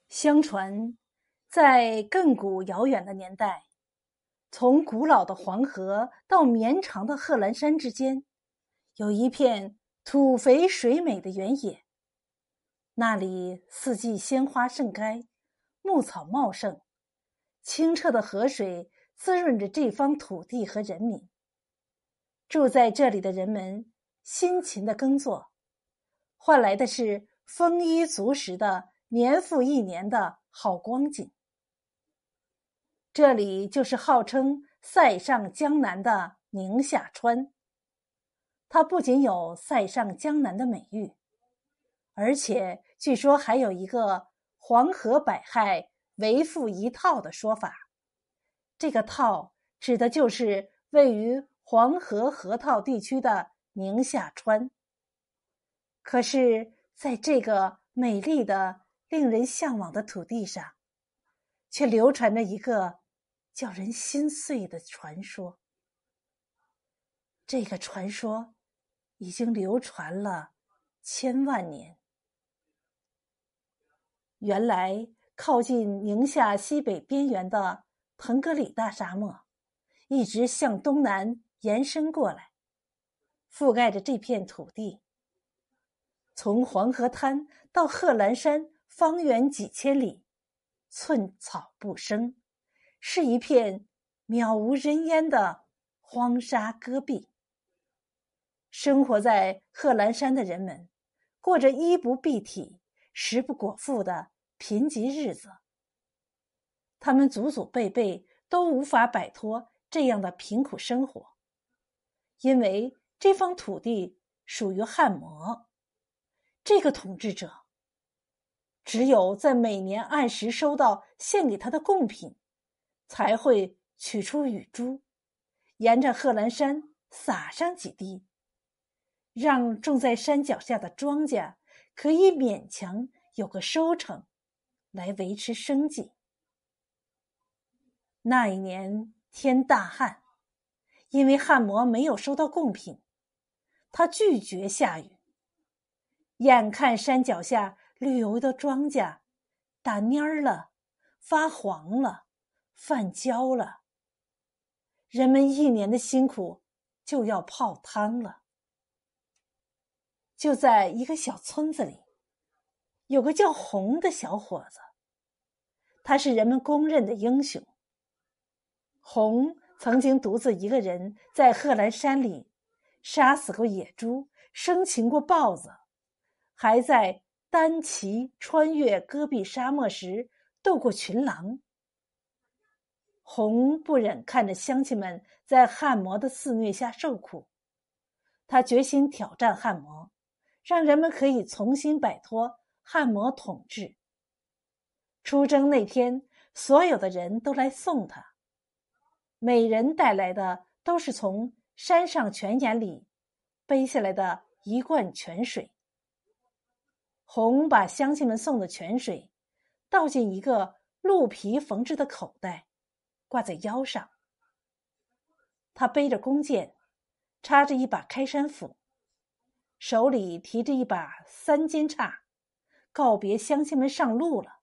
相传，在亘古遥远的年代，从古老的黄河到绵长的贺兰山之间，有一片土肥水美的原野。那里四季鲜花盛开，牧草茂盛，清澈的河水滋润着这方土地和人民。住在这里的人们辛勤地耕作，换来的是丰衣足食的年复一年的好光景。这里就是号称塞上江南的宁夏川。它不仅有塞上江南的美誉，而且据说还有一个黄河百害为富一套的说法。这个套指的就是位于黄河河套地区的宁夏川。可是在这个美丽的令人向往的土地上，却流传着一个叫人心碎的传说。这个传说已经流传了千万年。原来靠近宁夏西北边缘的腾格里大沙漠一直向东南延伸过来，覆盖着这片土地。从黄河滩到贺兰山方圆几千里，寸草不生，是一片渺无人烟的荒沙戈壁。生活在贺兰山的人们过着衣不蔽体、食不果腹的贫瘠日子。他们祖祖辈辈都无法摆脱这样的贫苦生活，因为这方土地属于汉尟。这个统治者只有在每年按时收到献给他的贡品，才会取出雨珠，沿着贺兰山洒上几滴，让种在山脚下的庄稼可以勉强有个收成，来维持生计。那一年天大旱，因为汉尟没有收到贡品，他拒绝下雨。眼看山脚下绿油的庄稼打蔫了，发黄了，泛焦了，人们一年的辛苦就要泡汤了。就在一个小村子里，有个叫洪的小伙子，他是人们公认的英雄。洪曾经独自一个人在贺兰山里杀死过野猪，生擒过豹子，还在单骑穿越戈壁沙漠时斗过群狼。洪不忍看着乡亲们在汉尟的肆虐下受苦，他决心挑战汉尟，让人们可以重新摆脱汉尟统治。出征那天，所有的人都来送他，每人带来的都是从山上泉眼里背下来的一罐泉水。洪把乡亲们送的泉水倒进一个鹿皮缝制的口袋，挂在腰上。他背着弓箭，插着一把开山斧，手里提着一把三尖叉，告别乡亲们上路了。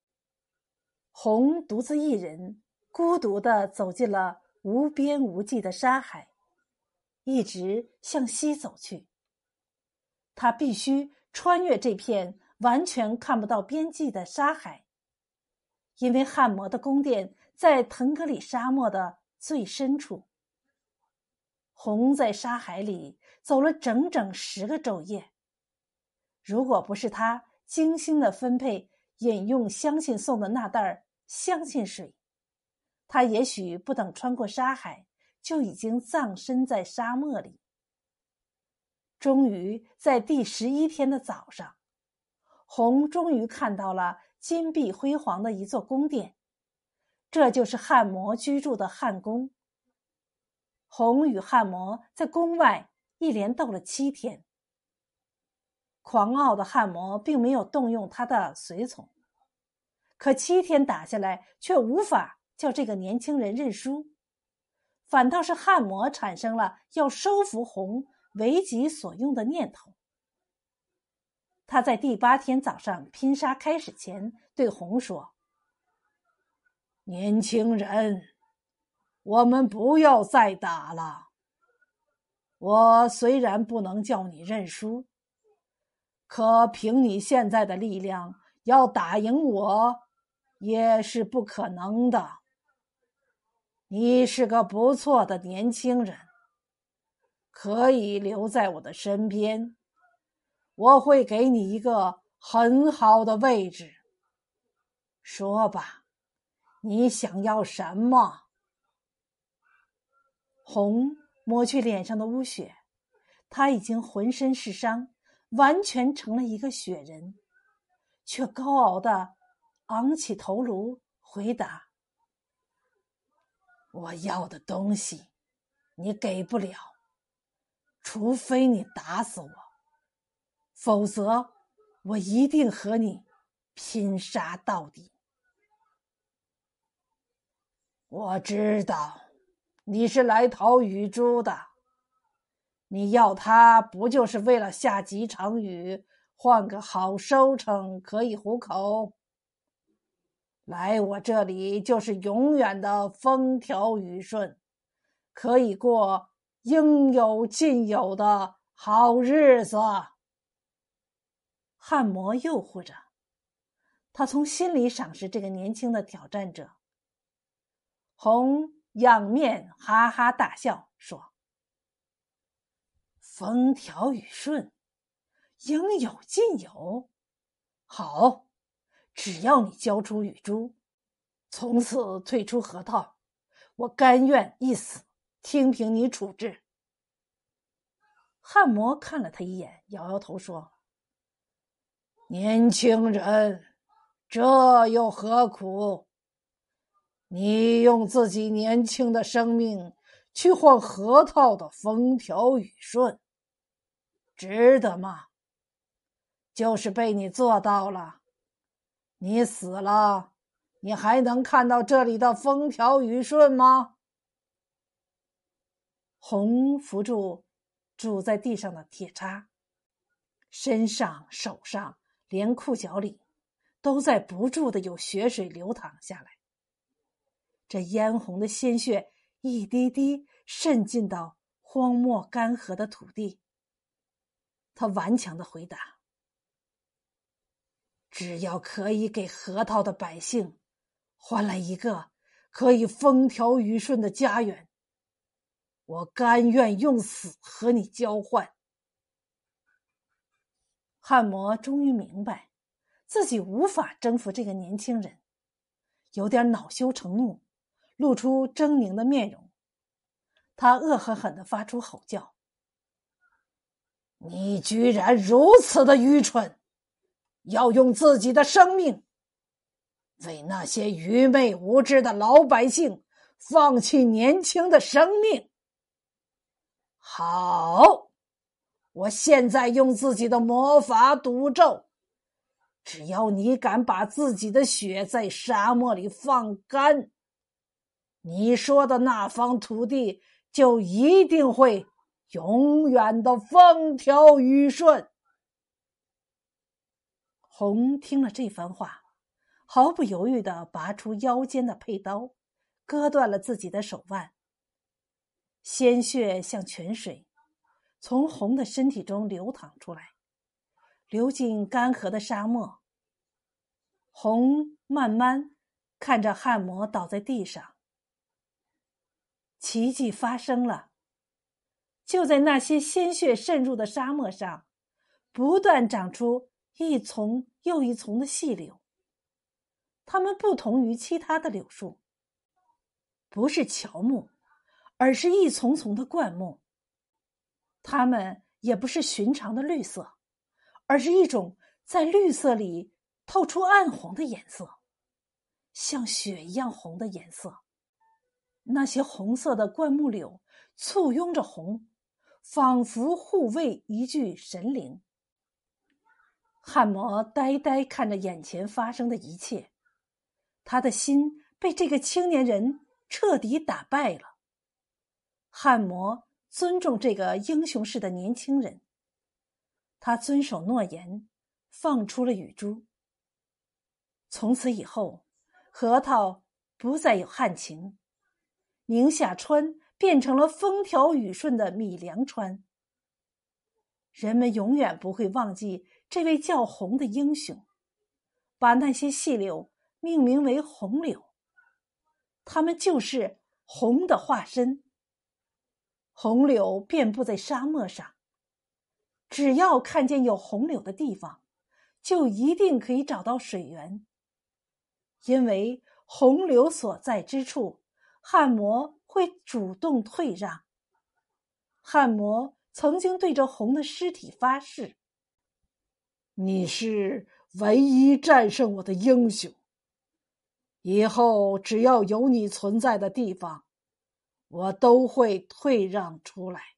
洪独自一人孤独地走进了无边无际的沙海，一直向西走去。他必须穿越这片完全看不到边际的沙海，因为汉尟的宫殿在腾格里沙漠的最深处。洪在沙海里走了整整10个昼夜，如果不是他精心地分配饮用乡亲送的那袋乡亲水，他也许不等穿过沙海，就已经葬身在沙漠里。终于在第11天的早上，洪终于看到了金碧辉煌的一座宫殿，这就是汉尟居住的汉宫。洪与汉尟在宫外一连斗了7天。狂傲的汉尟并没有动用他的随从，可7天打下来，却无法叫这个年轻人认输，反倒是汉尟产生了要收服洪为己所用的念头。 他在第8天早上拼杀开始前对红说：年轻人，我们不要再打了。我虽然不能叫你认输，可凭你现在的力量，要打赢我也是不可能的。你是个不错的年轻人，可以留在我的身边，我会给你一个很好的位置。说吧，你想要什么？红抹去脸上的污血，他已经浑身是伤，完全成了一个雪人，却高傲地昂起头颅回答：我要的东西你给不了，除非你打死我，否则我一定和你拼杀到底。我知道你是来讨雨珠的，你要它不就是为了下几场雨，换个好收成，可以糊口？来我这里就是永远的风调雨顺，可以过应有尽有的好日子。汉谟诱惑着他，从心里赏识这个年轻的挑战者。红仰面哈哈大笑说：风调雨顺，应有尽有。好，只要你交出雨珠，从此退出河套，我甘愿一死，听凭你处置。汉谟看了他一眼，摇摇头说：年轻人，这又何苦？你用自己年轻的生命去换河套的风调雨顺，值得吗？就是被你做到了，你死了，你还能看到这里的风调雨顺吗？红扶住住在地上的铁叉，身上、手上，连裤脚里，都在不住的有血水流淌下来。这嫣红的鲜血一滴滴渗进到荒漠干涸的土地。他顽强地回答：只要可以给河套的百姓换来一个可以风调雨顺的家园，我甘愿用死和你交换。汉谟终于明白自己无法征服这个年轻人，有点恼羞成怒，露出狰狞的面容。他恶狠狠地发出吼叫：你居然如此的愚蠢，要用自己的生命为那些愚昧无知的老百姓放弃年轻的生命。好，我现在用自己的魔法赌咒，只要你敢把自己的血在沙漠里放干，你说的那方土地就一定会永远的风调雨顺。红听了这番话，毫不犹豫地拔出腰间的佩刀，割断了自己的手腕。鲜血像泉水从红的身体中流淌出来，流进干涸的沙漠。红慢慢看着汉谟倒在地上。奇迹发生了，就在那些鲜血渗入的沙漠上，不断长出一丛又一丛的细柳。它们不同于其他的柳树，不是乔木，而是一丛丛的灌木。它们也不是寻常的绿色，而是一种在绿色里透出暗红的颜色，像血一样红的颜色。那些红色的灌木柳簇拥着红，仿佛护卫一具神灵。汉谟呆呆看着眼前发生的一切，他的心被这个青年人彻底打败了。汉谟尊重这个英雄式的年轻人，他遵守诺言， 放出了雨珠。从此以后，河套不再有旱情，宁夏川变成了风调雨顺的米粮川。人们永远不会忘记这位叫洪的英雄，把那些细柳命名为洪柳，它们就是洪的化身。洪柳遍布在沙漠上，只要看见有洪柳的地方，就一定可以找到水源。因为洪流所在之处，汉魔会主动退让。汉魔曾经对着洪的尸体发誓：你是唯一战胜我的英雄，以后只要有你存在的地方，我都会退让出来。